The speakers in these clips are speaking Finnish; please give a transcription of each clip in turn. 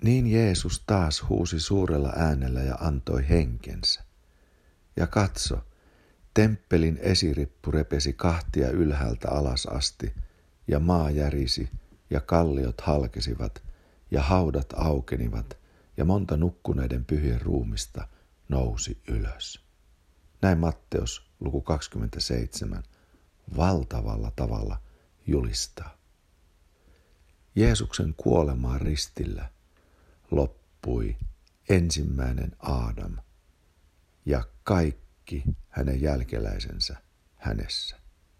Niin Jeesus taas huusi suurella äänellä ja antoi henkensä. Ja katso, temppelin esirippu repesi kahtia ylhäältä alas asti, ja maa järisi, ja kalliot halkesivat, ja haudat aukenivat, ja monta nukkuneiden pyhien ruumista nousi ylös. Näin Matteus luku 27 valtavalla tavalla julistaa. Jeesuksen kuolemaan ristillä loppui ensimmäinen Aadam ja kaikki hänen jälkeläisensä hänessä.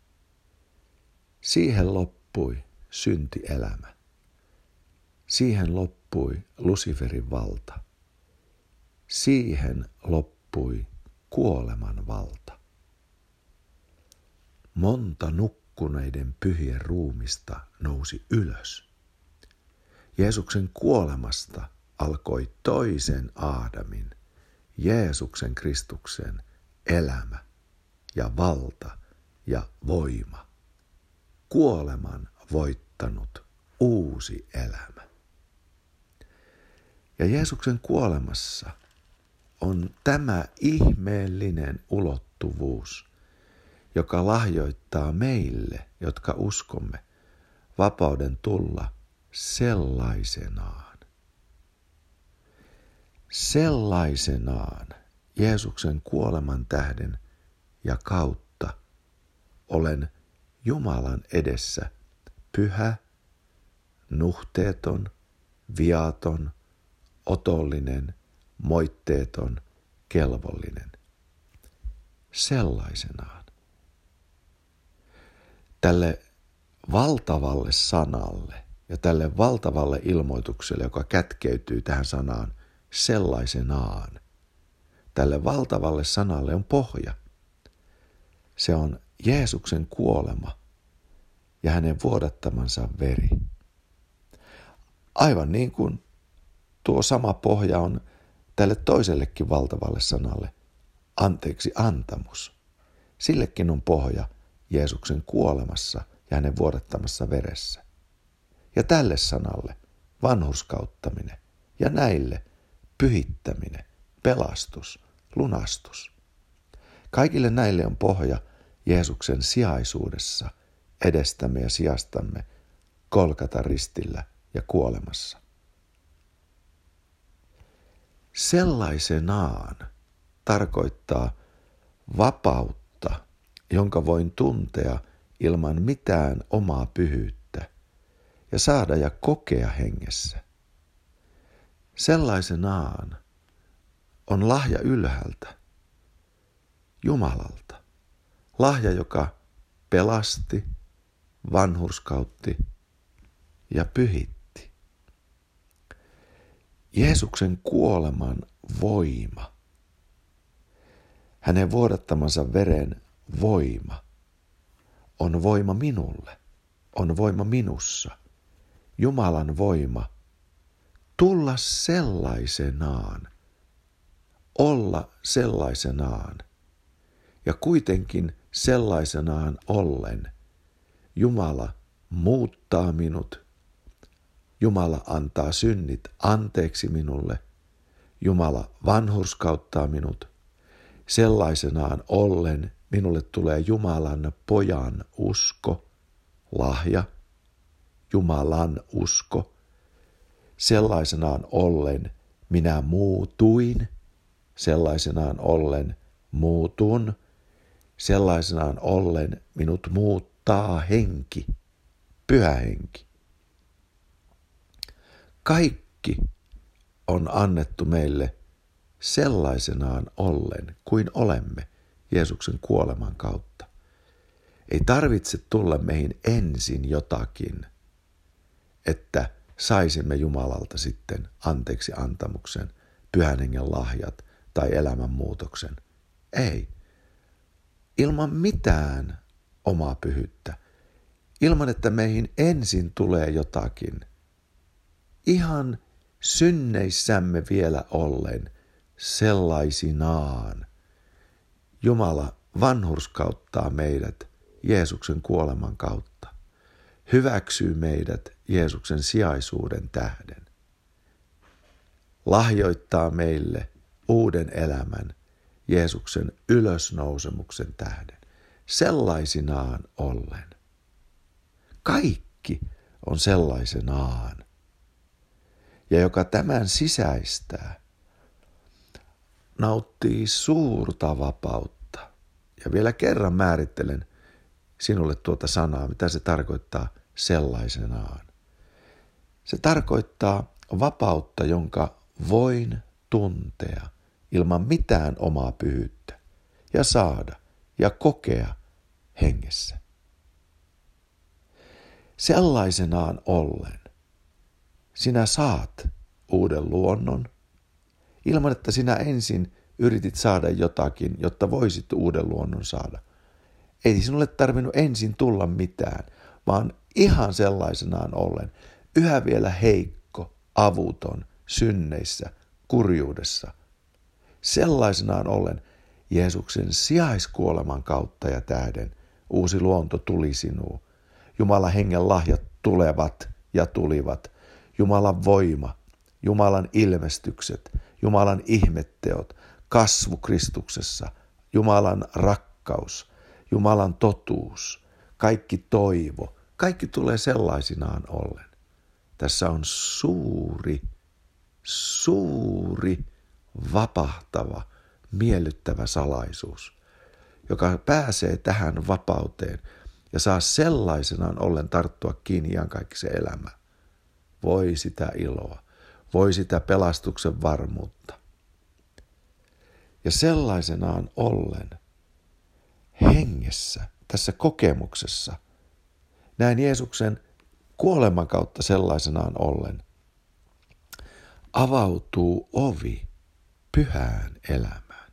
Siihen loppui syntielämä. Siihen loppui Luciferin valta. Siihen loppui kuoleman valta. Monta nukkuneiden pyhien ruumista nousi ylös. Jeesuksen kuolemasta alkoi toisen Aadamin, Jeesuksen Kristuksen elämä ja valta ja voima. Kuoleman voittanut uusi elämä. Ja Jeesuksen kuolemassa on tämä ihmeellinen ulottuvuus, joka lahjoittaa meille, jotka uskomme, vapauden tulla sellaisenaan. Sellaisenaan Jeesuksen kuoleman tähden ja kautta olen Jumalan edessä pyhä, nuhteeton, viaton, otollinen, moitteeton, kelvollinen. Sellaisenaan. Tälle valtavalle sanalle ja tälle valtavalle ilmoitukselle, joka kätkeytyy tähän sanaan sellaisenaan, tälle valtavalle sanalle on pohja. Se on Jeesuksen kuolema ja hänen vuodattamansa veri. Aivan niin kuin tuo sama pohja on tälle toisellekin valtavalle sanalle, anteeksi antamus. Sillekin on pohja Jeesuksen kuolemassa ja hänen vuodattamassa veressä. Ja tälle sanalle vanhurskauttaminen ja näille pyhittäminen, pelastus, lunastus. Kaikille näille on pohja Jeesuksen sijaisuudessa, edestämme ja sijastamme Golgatan ristillä ja kuolemassa. Sellaisenaan tarkoittaa vapautta, jonka voin tuntea ilman mitään omaa pyhyyttä ja saada ja kokea hengessä. Sellaisenaan on lahja ylhäältä, Jumalalta. Lahja, joka pelasti, vanhurskautti ja pyhitti. Jeesuksen kuoleman voima, hänen vuodattamansa veren voima, on voima minulle, on voima minussa, Jumalan voima, tulla sellaisenaan, olla sellaisenaan ja kuitenkin sellaisenaan ollen Jumala muuttaa minut, Jumala antaa synnit anteeksi minulle, Jumala vanhurskauttaa minut, sellaisenaan ollen minulle tulee Jumalan pojan usko, lahja, Jumalan usko. Sellaisenaan ollen minä muutuin, sellaisenaan ollen muutun, sellaisenaan ollen minut muuttaa henki, pyhä henki. Kaikki on annettu meille sellaisenaan ollen kuin olemme Jeesuksen kuoleman kautta. Ei tarvitse tulla meihin ensin jotakin, että saisimme Jumalalta sitten anteeksi antamuksen, pyhän hengen lahjat tai elämänmuutoksen. Ei. Ilman mitään omaa pyhyyttä. Ilman, että meihin ensin tulee jotakin. Ihan synneissämme vielä ollen sellaisinaan. Jumala vanhurskauttaa meidät Jeesuksen kuoleman kautta. Hyväksyy meidät Jeesuksen sijaisuuden tähden. lahjoittaa meille uuden elämän Jeesuksen ylösnousemuksen tähden. Sellaisinaan ollen. Kaikki on sellaisenaan. Ja joka tämän sisäistää, nauttii suurta vapautta. Ja vielä kerran määrittelen sinulle tuota sanaa, mitä se tarkoittaa sellaisenaan. Se tarkoittaa vapautta, jonka voin tuntea ilman mitään omaa pyhyyttä ja saada ja kokea hengessä. Sellaisenaan ollen sinä saat uuden luonnon ilman, että sinä ensin yritit saada jotakin, jotta voisit uuden luonnon saada. Ei sinulle tarvinnut ensin tulla mitään, vaan ihan sellaisenaan ollen, yhä vielä heikko, avuton, synneissä, kurjuudessa. Sellaisenaan ollen Jeesuksen sijaiskuoleman kautta ja tähden uusi luonto tuli sinuun. Jumalan hengen lahjat tulevat ja tulivat. Jumalan voima, Jumalan ilmestykset, Jumalan ihmetteot, kasvu Kristuksessa, Jumalan rakkaus, Jumalan totuus, kaikki toivo, kaikki tulee sellaisinaan ollen. Tässä on suuri, vapahtava, miellyttävä salaisuus, joka pääsee tähän vapauteen ja saa sellaisenaan ollen tarttua kiinni iankaikkisen elämään. Voi sitä iloa, voi sitä pelastuksen varmuutta. Ja sellaisenaan ollen hengessä, tässä kokemuksessa, näin Jeesuksen kuoleman kautta sellaisenaan ollen, avautuu ovi pyhään elämään.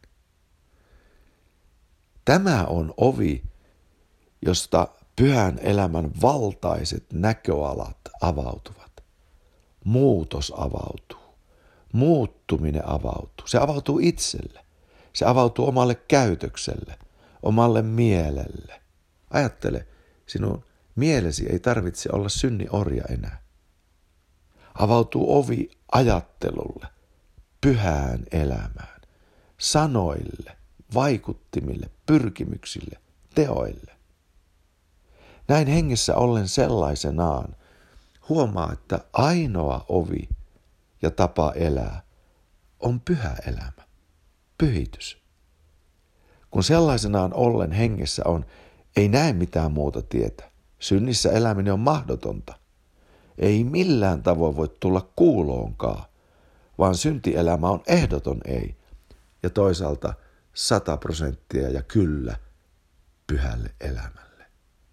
Tämä on ovi, josta pyhän elämän valtaiset näköalat avautuvat. Muutos avautuu, muuttuminen avautuu. Se avautuu itselle, se avautuu omalle käytökselle, omalle mielelle. Ajattele, sinun mielesi ei tarvitse olla synnin orja enää. Avautuu ovi ajattelulle, pyhään elämään, sanoille, vaikuttimille, pyrkimyksille, teoille. Näin hengessä ollen sellaisenaan huomaa, että ainoa ovi ja tapa elää on pyhä elämä, pyhitys. Kun sellaisenaan ollen hengessä on, ei näe mitään muuta tietä. Synnissä eläminen on mahdotonta. Ei millään tavoin voi tulla kuuloonkaan, vaan syntielämä on ehdoton ei. Ja toisaalta 100% ja kyllä pyhälle elämälle.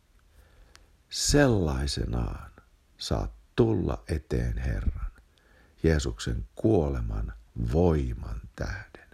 Sellaisenaan saat tulla eteen Herran, Jeesuksen kuoleman voiman tähden.